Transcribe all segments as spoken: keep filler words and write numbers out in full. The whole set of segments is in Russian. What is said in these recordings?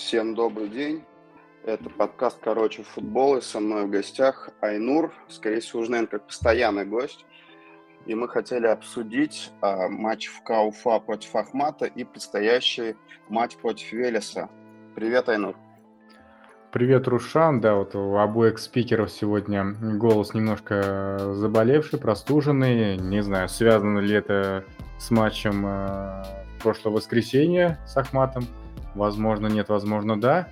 Всем добрый день. Это подкаст «Короче, футбол», и со мной в гостях Айнур, скорее всего, уже, наверное, как постоянный гость. И мы хотели обсудить а, матч ФК Уфа против Ахмата и предстоящий матч против Велеса. Привет, Айнур. Привет, Рушан. Да, вот у обоих спикеров сегодня голос немножко заболевший, простуженный. Не знаю, связано ли это с матчем э, прошлого воскресенья с Ахматом. Возможно, нет, возможно, да.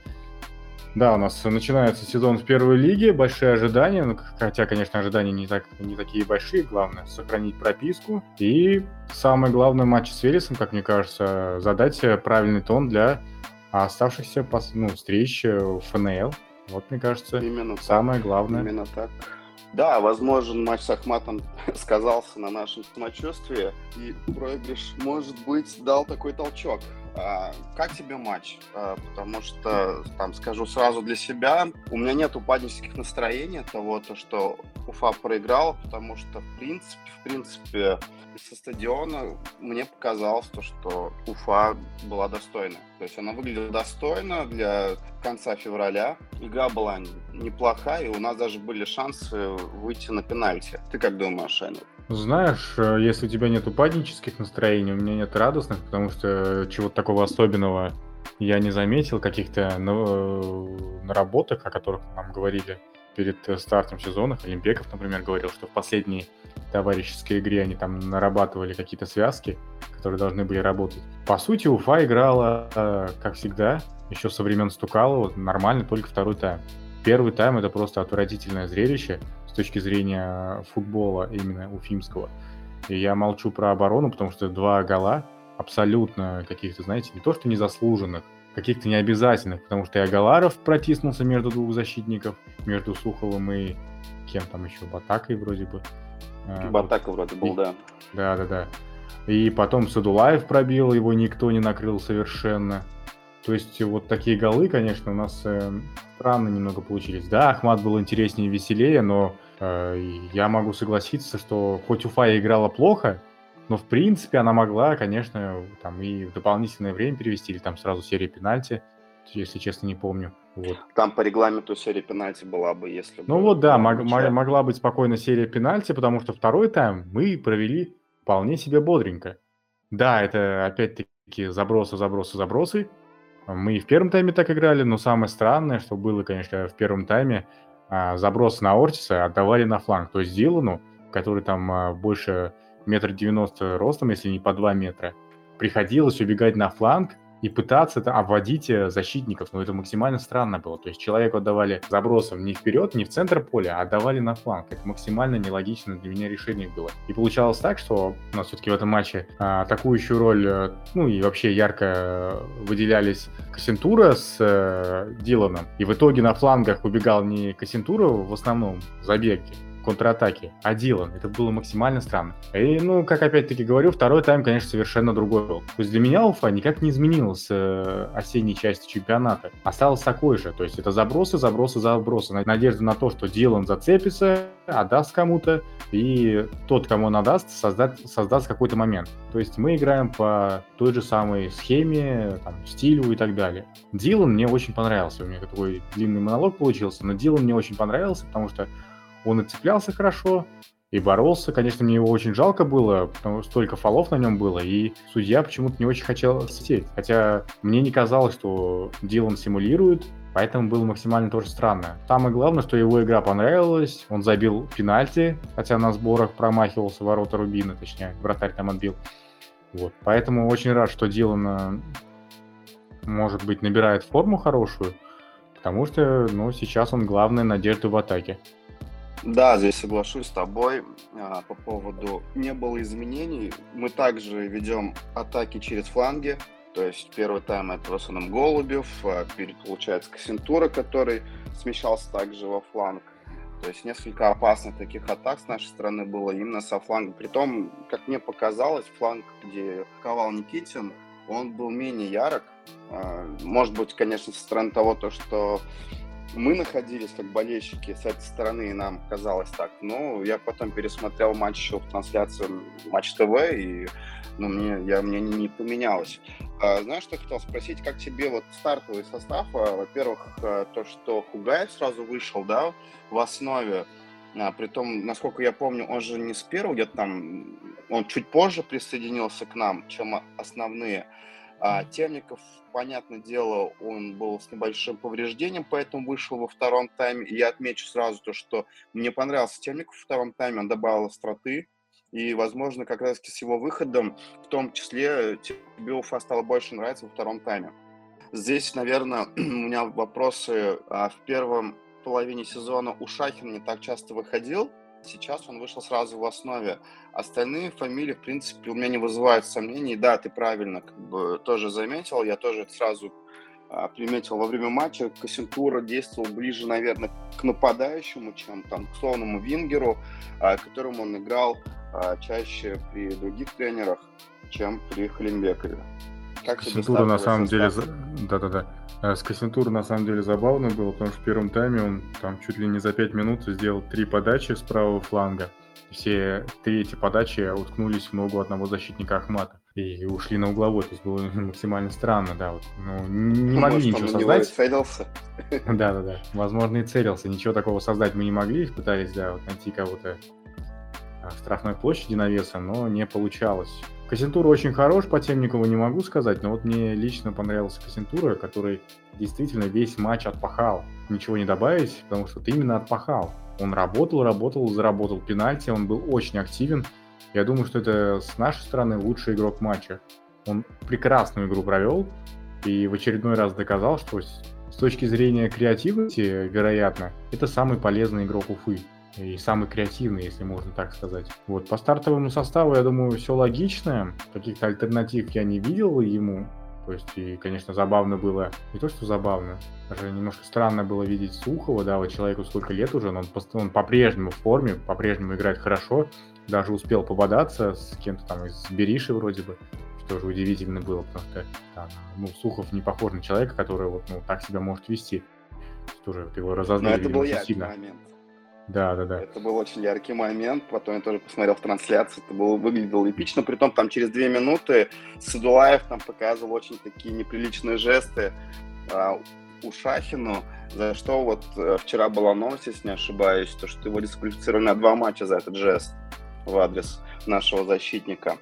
Да, у нас начинается сезон в первой лиге, большие ожидания, ну, хотя, конечно, ожидания не, так, не такие большие, главное сохранить прописку. И самое главное в матче с Велесом, как мне кажется, задать правильный тон для оставшихся ну, встреч в эф эн эл. Вот, мне кажется, Именно самое так, главное. Именно так. Да, возможно, матч с Ахматом сказался на нашем самочувствии, и проигрыш, может быть, дал такой толчок. А, как тебе матч? А, потому что, там, скажу сразу для себя, у меня нет упаднических настроений от того, то, что Уфа проиграл, потому что, в принципе, в принципе, со стадиона мне показалось то, что Уфа была достойна. То есть она выглядела достойно для конца февраля. Игра была неплохая, и у нас даже были шансы выйти на пенальти. Ты как думаешь, Айнур? Знаешь, если у тебя нет упаднических настроений, у меня нет радостных, потому что чего-то такого особенного я не заметил, каких-то наработок, о которых нам говорили перед стартом сезона. Олимпеков, например, говорил, что в последней товарищеской игре они там нарабатывали какие-то связки, которые должны были работать. По сути, Уфа играла, как всегда, еще со времен Стукалова, нормально, только второй тайм. Первый тайм — это просто отвратительное зрелище с точки зрения футбола именно уфимского. И я молчу про оборону, потому что два гола абсолютно каких-то, знаете, не то что незаслуженных, каких-то необязательных, потому что и Агаларов протиснулся между двух защитников, между Суховым и кем там еще, Батакой вроде бы. Батака вот. вроде был, и, да. Да-да-да. И потом Садулаев пробил, его никто не накрыл совершенно. То есть вот такие голы, конечно, у нас э, странно немного получились. Да, Ахмат был интереснее и веселее, но э, я могу согласиться, что хоть Уфа играла плохо, но в принципе она могла, конечно, там и в дополнительное время перевести, или там сразу серия пенальти, если честно, не помню. Вот. Там по регламенту серия пенальти была бы, если бы... Ну вот да, мог, могла быть спокойно серия пенальти, потому что второй тайм мы провели вполне себе бодренько. Да, это опять-таки забросы, забросы, забросы. Мы и в первом тайме так играли, но самое странное, что было, конечно, в первом тайме, забросы на Ортиса отдавали на фланг. То есть Дилану, который там больше метр девяносто ростом, если не по два метра, приходилось убегать на фланг и пытаться это обводить защитников. Но это максимально странно было. То есть человеку отдавали забросом не вперед, не в центр поля, а отдавали на фланг. Это максимально нелогично для меня решение было. И получалось так, что у нас все-таки в этом матче а, атакующую роль, ну и вообще ярко выделялись Кассентура с э, Диланом. И в итоге на флангах убегал не Кассентура в основном забеге, контратаки, а Дилан. Это было максимально странно. И, ну, как опять-таки говорю, второй тайм, конечно, совершенно другой был. То есть для меня Уфа никак не изменилась э, осенней части чемпионата. Осталось такой же. То есть это забросы, забросы, забросы. Надежда на то, что Дилан зацепится, отдаст кому-то, и тот, кому он отдаст, создаст, создаст какой-то момент. То есть мы играем по той же самой схеме, там, стилю и так далее. Дилан мне очень понравился. У меня такой длинный монолог получился, но Дилан мне очень понравился, потому что он и цеплялся хорошо, и боролся. Конечно, мне его очень жалко было, потому что столько фолов на нем было, и судья почему-то не очень хотел сидеть. Хотя мне не казалось, что Дилан симулирует, поэтому было максимально тоже странно. Самое главное, что его игра понравилась, он забил пенальти, хотя на сборах промахивался ворота Рубина, точнее, вратарь там отбил. Вот. Поэтому очень рад, что Дилан, может быть, набирает форму хорошую, потому что, ну, сейчас он главная надежда в атаке. Да, здесь соглашусь с тобой а, по поводу не было изменений. Мы также ведем атаки через фланги. То есть первый тайм это в основном Голубев, а, перед, получается, Кассентура, который смещался также во фланг. То есть несколько опасных таких атак с нашей стороны было именно со фланга. Притом, как мне показалось, фланг, где ковал Никитин, он был менее ярок. А, может быть, конечно, со стороны того, то, что мы находились как болельщики с этой стороны, и нам казалось так. Но я потом пересмотрел матч еще в трансляции Матч ТВ, и ну, мне, я, мне не, не поменялось. А, знаешь, что я хотел спросить, как тебе вот стартовый состав? А, во-первых, а, то, что Хугаев сразу вышел, да, в основе. А, притом, насколько я помню, он же не с первого, где-то там, он чуть позже присоединился к нам, чем основные. А, Темников, понятное дело, он был с небольшим повреждением, поэтому вышел во втором тайме. И я отмечу сразу то, что мне понравился Темников во втором тайме, он добавил остроты. И, возможно, как раз-таки с его выходом, в том числе, тебе Уфа стало больше нравиться во втором тайме. Здесь, наверное, у меня вопросы. А, в первом половине сезона Ушахин не так часто выходил. Сейчас он вышел сразу в основе. Остальные фамилии, в принципе, у меня не вызывают сомнений. Да, ты правильно как бы тоже заметил. Я тоже это сразу а, приметил во время матча. Кассентура действовал ближе, наверное, к нападающему, чем там, к словному вингеру, а, которым он играл а, чаще при других тренерах, чем при Халимбекове. Как Кассентура на самом деле... Да-да-да. С Кассентура на самом деле забавно было, потому что в первом тайме он там чуть ли не за пять минут сделал три подачи с правого фланга. Все три эти подачи уткнулись в ногу одного защитника Ахмата и ушли на угловой. То есть было максимально странно, да. Вот. Ну, не могли Может, ничего он создать. Целился. Да-да-да. Возможно, и целился. Ничего такого создать мы не могли. Пытались, да, вот найти кого-то в штрафной площади навесом, но не получалось. Кассентура очень хорош, по Темникову не могу сказать, но вот мне лично понравился Кассентура, который действительно весь матч отпахал. Ничего не добавить, потому что вот именно отпахал. Он работал, работал, заработал пенальти, он был очень активен. Я думаю, что это с нашей стороны лучший игрок матча. Он прекрасную игру провел и в очередной раз доказал, что с точки зрения креативности, вероятно, это самый полезный игрок Уфы. И самый креативный, если можно так сказать. Вот, по стартовому составу, я думаю, все логично. Каких-то альтернатив я не видел ему. То есть, и, конечно, забавно было... Не то, что забавно. Даже немножко странно было видеть Сухова, да, вот человеку сколько лет уже, но он, он по-прежнему в форме, по-прежнему играет хорошо. Даже успел пободаться с кем-то там из Бериши вроде бы. Что же удивительно было, потому что там, ну, Сухов не похож на человека, который вот, ну, так себя может вести. Тоже его разозлили, но это был очень яркий сильно. Момент. Да, да, да. Это был очень яркий момент. Потом я тоже посмотрел в трансляции. Это было, выглядело эпично. Притом там через две минуты Садулаев там показывал очень такие неприличные жесты а, Ушахину, за что вот а, вчера была новость, если не ошибаюсь, то, что его дисквалифицировали на два матча за этот жест в адрес нашего защитника.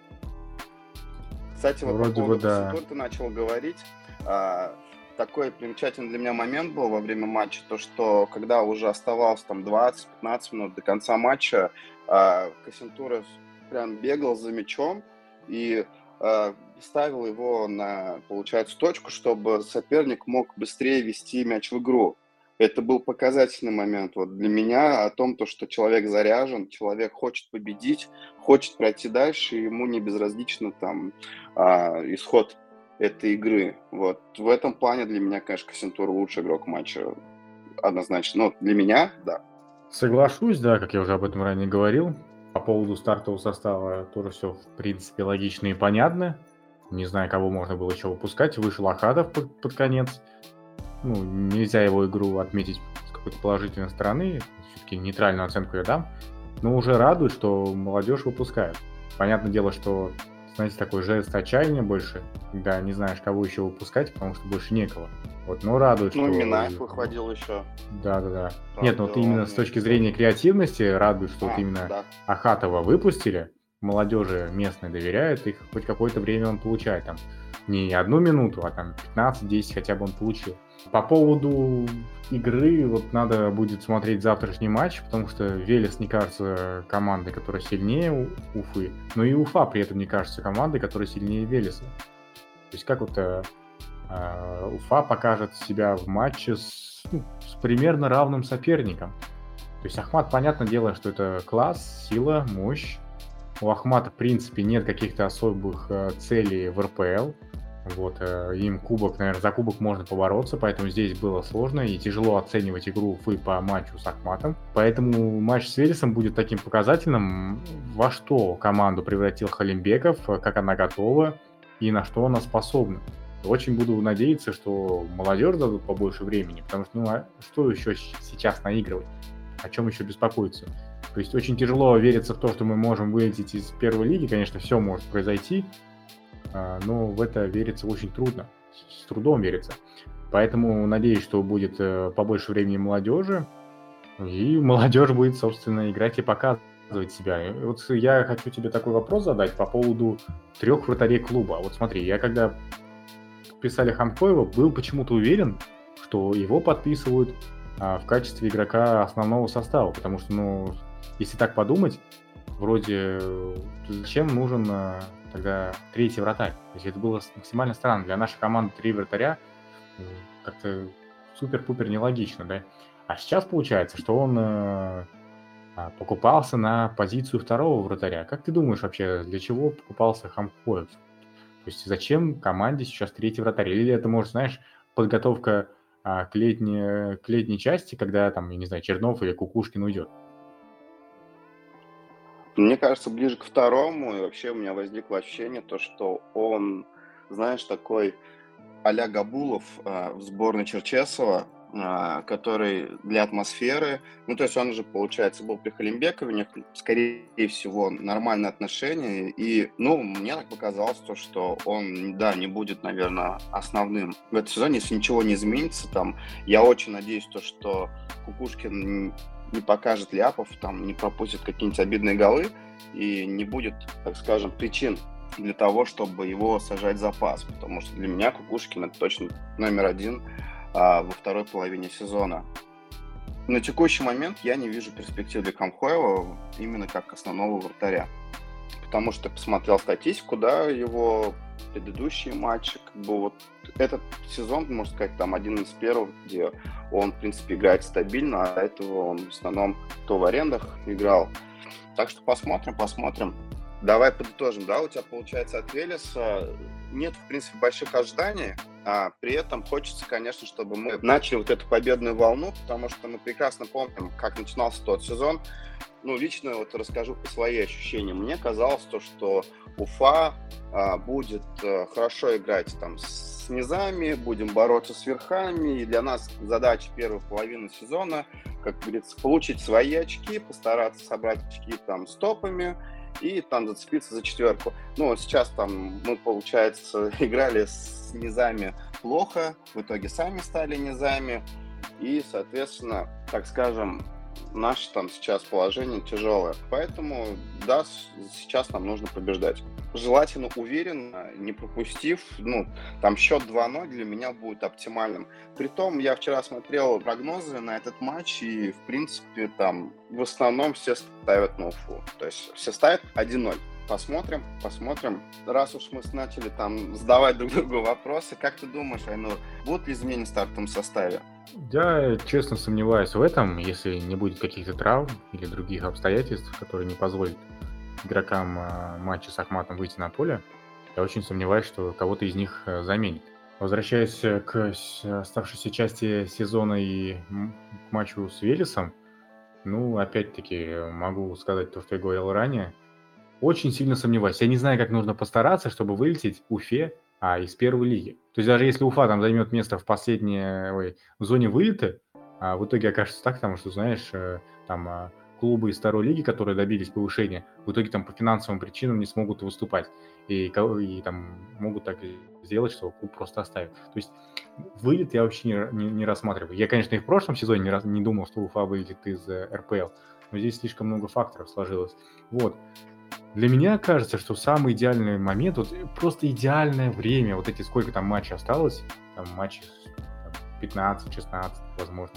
Кстати, вот Вроде по поводу бы, да. Кассентура ты начал говорить. А, такой примечательный для меня момент был во время матча, то, что когда уже оставалось там двадцать-пятнадцать минут до конца матча, э, Кассентура прям бегал за мячом и э, ставил его на, получается, точку, чтобы соперник мог быстрее вести мяч в игру. Это был показательный момент вот для меня о том, то, что человек заряжен, человек хочет победить, хочет пройти дальше, и ему не безразлично там э, исход этой игры. Вот. В этом плане для меня, конечно, Кассентура лучший игрок матча. Однозначно. Ну, для меня, да. Соглашусь, да, как я уже об этом ранее говорил. По поводу стартового состава тоже все, в принципе, логично и понятно. Не знаю, кого можно было еще выпускать. Вышел Ахатов под, под конец. Ну, нельзя его игру отметить с какой-то положительной стороны. Все-таки нейтральную оценку я дам. Но уже радует, что молодежь выпускает. Понятное дело, что знаете, такой жест отчаяния больше, когда не знаешь, кого еще выпускать, потому что больше некого. Вот, но радует, ну, что... Ну, Минаев выходил еще. Да-да-да. Правда, Нет, ну вот именно с точки зрения креативности радует, что а, вот именно да. Ахатова выпустили, молодежи местной доверяют, и хоть какое-то время он получает там не одну минуту, а там пятнадцать-десять хотя бы он получил. По поводу игры, вот надо будет смотреть завтрашний матч, потому что Велес не кажется командой, которая сильнее Уфы, но и Уфа при этом не кажется командой, которая сильнее Велеса. То есть как вот э, Уфа покажет себя в матче с, ну, с примерно равным соперником. То есть Ахмат, понятное дело, что это класс, сила, мощь. У Ахмата, в принципе, нет каких-то особых э, целей в эр пэ эл. Вот, э, им кубок, наверное, за кубок можно побороться, поэтому здесь было сложно и тяжело оценивать игру Уфы по матчу с Ахматом. Поэтому матч с Велесом будет таким показательным, во что команду превратил Халимбеков, как она готова и на что она способна. Очень буду надеяться, что молодежь дадут побольше времени, потому что, ну, а что еще сейчас наигрывать? О чем еще беспокоиться? То есть очень тяжело вериться в то, что мы можем вылететь из первой лиги. Конечно, все может произойти, но в это верится очень трудно, с трудом верится. Поэтому надеюсь, что будет побольше времени молодежи, и молодежь будет, собственно, играть и показывать себя. И вот я хочу тебе такой вопрос задать по поводу трех вратарей клуба. Вот смотри, я когда подписали Хамкоева, был почему-то уверен, что его подписывают а, в качестве игрока основного состава, потому что, ну, если так подумать, вроде зачем нужен а, тогда третий вратарь? То есть это было максимально странно. Для нашей команды три вратаря как-то супер-пупер нелогично, да? А сейчас получается, что он а, покупался на позицию второго вратаря. Как ты думаешь вообще, для чего покупался Хамкоев? То есть зачем команде сейчас третий вратарь? Или это, может, знаешь, подготовка а, к, летней, к летней части, когда, там, я не знаю, Чернов или Кукушкин уйдет? Мне кажется, ближе к второму. И вообще у меня возникло ощущение, то, что он, знаешь, такой а-ля Габулов э, в сборной Черчесова, э, который для атмосферы, ну, то есть он уже, получается, был при Халимбекове, у них, скорее всего, нормальные отношения, и, ну, мне так показалось то, что он, да, не будет, наверное, основным в этом сезоне, если ничего не изменится, там, я очень надеюсь, то, что Кукушкин не покажет ляпов, там, не пропустит какие-нибудь обидные голы, и не будет, так скажем, причин для того, чтобы его сажать в запас, потому что для меня Кукушкин это точно номер один а, во второй половине сезона. На текущий момент я не вижу перспектив для Хамкоева именно как основного вратаря, потому что посмотрел статистику, да, его предыдущие матчи, как бы вот этот сезон, можно сказать, там один из первых, где он, в принципе, играет стабильно, а до этого он в основном то в арендах играл. Так что посмотрим, посмотрим. Давай подытожим, да, у тебя получается от Велеса нет, в принципе, больших ожиданий, а при этом хочется, конечно, чтобы мы начали вот эту победную волну, потому что мы прекрасно помним, как начинался тот сезон. Ну, лично вот расскажу по свои ощущения. Мне казалось то, что Уфа а, будет а, хорошо играть там с низами, будем бороться с верхами, и для нас задача первой половины сезона, как говорится, получить свои очки, постараться собрать очки там с топами, и там зацепиться за четверку. Ну, сейчас там мы, получается, играли с низами плохо, в итоге сами стали низами, и, соответственно, так скажем, наше там сейчас положение тяжелое. Поэтому, да, сейчас нам нужно побеждать. Желательно уверенно, не пропустив, ну, там счет два ноль для меня будет оптимальным. Притом, я вчера смотрел прогнозы на этот матч, и, в принципе, там, в основном все ставят на Уфу. То есть, все ставят один ноль. Посмотрим, посмотрим. Раз уж мы начали там задавать друг другу вопросы, как ты думаешь, Айнур, будут ли изменения в стартовом составе? Я честно сомневаюсь в этом, если не будет каких-то травм или других обстоятельств, которые не позволят игрокам матча с Ахматом выйти на поле. Я очень сомневаюсь, что кого-то из них заменит. Возвращаясь к оставшейся части сезона и к матчу с Велесом, ну, опять-таки, могу сказать то, что я говорил ранее. Очень сильно сомневаюсь. Я не знаю, как нужно постараться, чтобы вылететь Уфе а, из первой лиги. То есть даже если Уфа там займет место в последней ой, в зоне вылета, а в итоге окажется так, потому что, знаешь, там клубы из второй лиги, которые добились повышения, в итоге там по финансовым причинам не смогут выступать. И, и там могут так сделать, что клуб просто оставит. То есть вылет я вообще не, не, не рассматриваю. Я, конечно, и в прошлом сезоне не, раз, не думал, что Уфа вылетит из эр пэ эл, но здесь слишком много факторов сложилось. Вот. Для меня кажется, что самый идеальный момент, вот просто идеальное время, вот эти сколько там матчей осталось, там матчи пятнадцать-шестнадцать, возможно,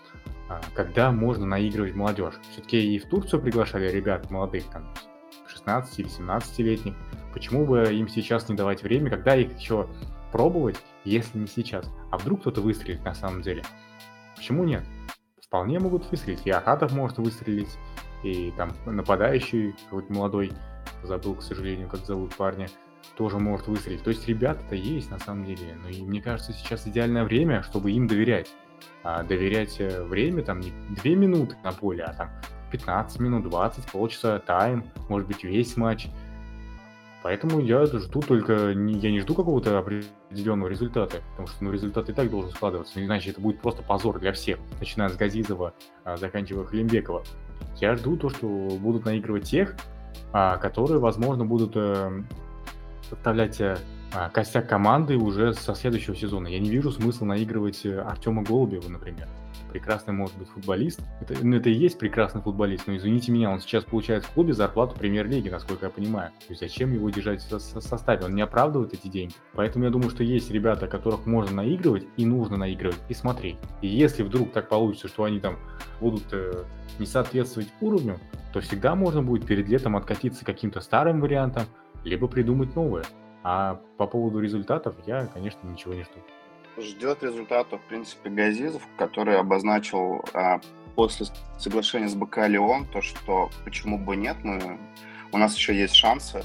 когда можно наигрывать молодежь. Все-таки и в Турцию приглашали ребят молодых, там, шестнадцати или семнадцатилетних. Почему бы им сейчас не давать время, когда их еще пробовать, если не сейчас? А вдруг кто-то выстрелит на самом деле? Почему нет? Вполне могут выстрелить. И Ахатов может выстрелить, и там нападающий, какой-то молодой, забыл, к сожалению, как зовут парня, тоже может выстрелить. То есть ребята-то есть на самом деле. Но и мне кажется, сейчас идеальное время, чтобы им доверять. А доверять время, там, не две минуты на поле, а там пятнадцать минут, двадцать, полчаса, тайм, может быть, весь матч. Поэтому я жду только, не, я не жду какого-то определенного результата, потому что ну, результат и так должен складываться, иначе это будет просто позор для всех, начиная с Газизова, а, заканчивая Халимбекова. Я жду то, что будут наигрывать тех, а, которые, возможно, будут э, составлять э, а, костяк команды уже со следующего сезона. Я не вижу смысла наигрывать э, Артема Голубева, например. Прекрасный, может быть, футболист. Это, ну, это и есть прекрасный футболист, но, извините меня, он сейчас получает в клубе зарплату премьер-лиги, насколько я понимаю. То есть зачем его держать в со- составе? Он не оправдывает эти деньги. Поэтому я думаю, что есть ребята, которых можно наигрывать и нужно наигрывать и смотреть. И если вдруг так получится, что они там будут э, не соответствовать уровню, то всегда можно будет перед летом откатиться к каким-то старым вариантам, либо придумать новое. А по поводу результатов я, конечно, ничего не жду. Ждет результатов, в принципе, Газизов, который обозначил а, после соглашения с БК Лион, то, что почему бы нет, мы, у нас еще есть шансы.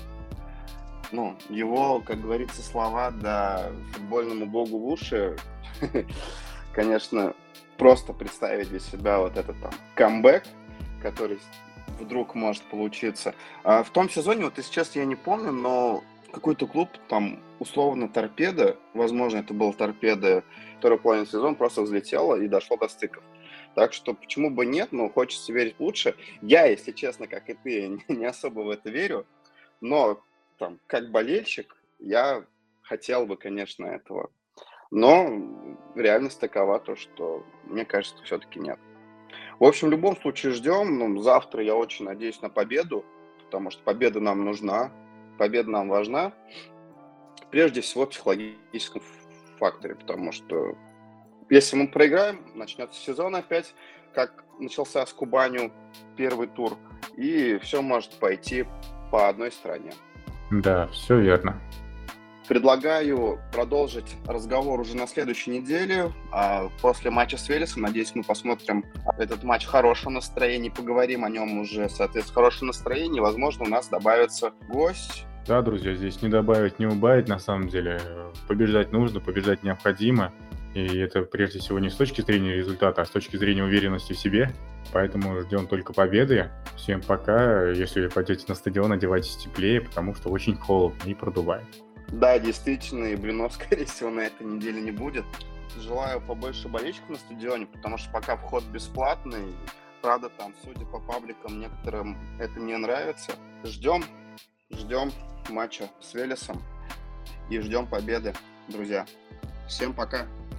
Ну, его, как говорится, слова да футбольному богу в уши, конечно, просто представить для себя вот этот там камбэк, который вдруг может получиться. А в том сезоне, вот если честно, я не помню, но какой-то клуб, там, условно, Торпеда, возможно, это был Торпеда, второй половине сезона просто взлетела и дошло до стыков. Так что почему бы нет, но хочется верить лучше. Я, если честно, как и ты, не особо в это верю, но там, как болельщик, я хотел бы, конечно, этого. Но реальность такова, то, что мне кажется, все-таки нет. В общем, в любом случае ждем. Ну, завтра я очень надеюсь на победу, потому что победа нам нужна, победа нам важна. Прежде всего в психологическом факторе, потому что если мы проиграем, начнется сезон опять, как начался с Кубанью первый тур, и все может пойти по одной стороне. Да, все верно. Предлагаю продолжить разговор уже на следующей неделе, а после матча с Велесом. Надеюсь, мы посмотрим этот матч в хорошем настроении, поговорим о нем уже, соответственно, в хорошем настроении. Возможно, у нас добавится гость. Да, друзья, здесь не добавить, не убавить, на самом деле. Побеждать нужно, побеждать необходимо. И это прежде всего не с точки зрения результата, а с точки зрения уверенности в себе. Поэтому ждем только победы. Всем пока. Если пойдете на стадион, одевайтесь теплее, потому что очень холодно и продувает. Да, действительно, и блинов, скорее всего, на этой неделе не будет. Желаю побольше болельщиков на стадионе, потому что пока вход бесплатный. Правда, там, судя по пабликам, некоторым это не нравится. Ждем, ждем матча с Велесом и ждем победы, друзья. Всем пока!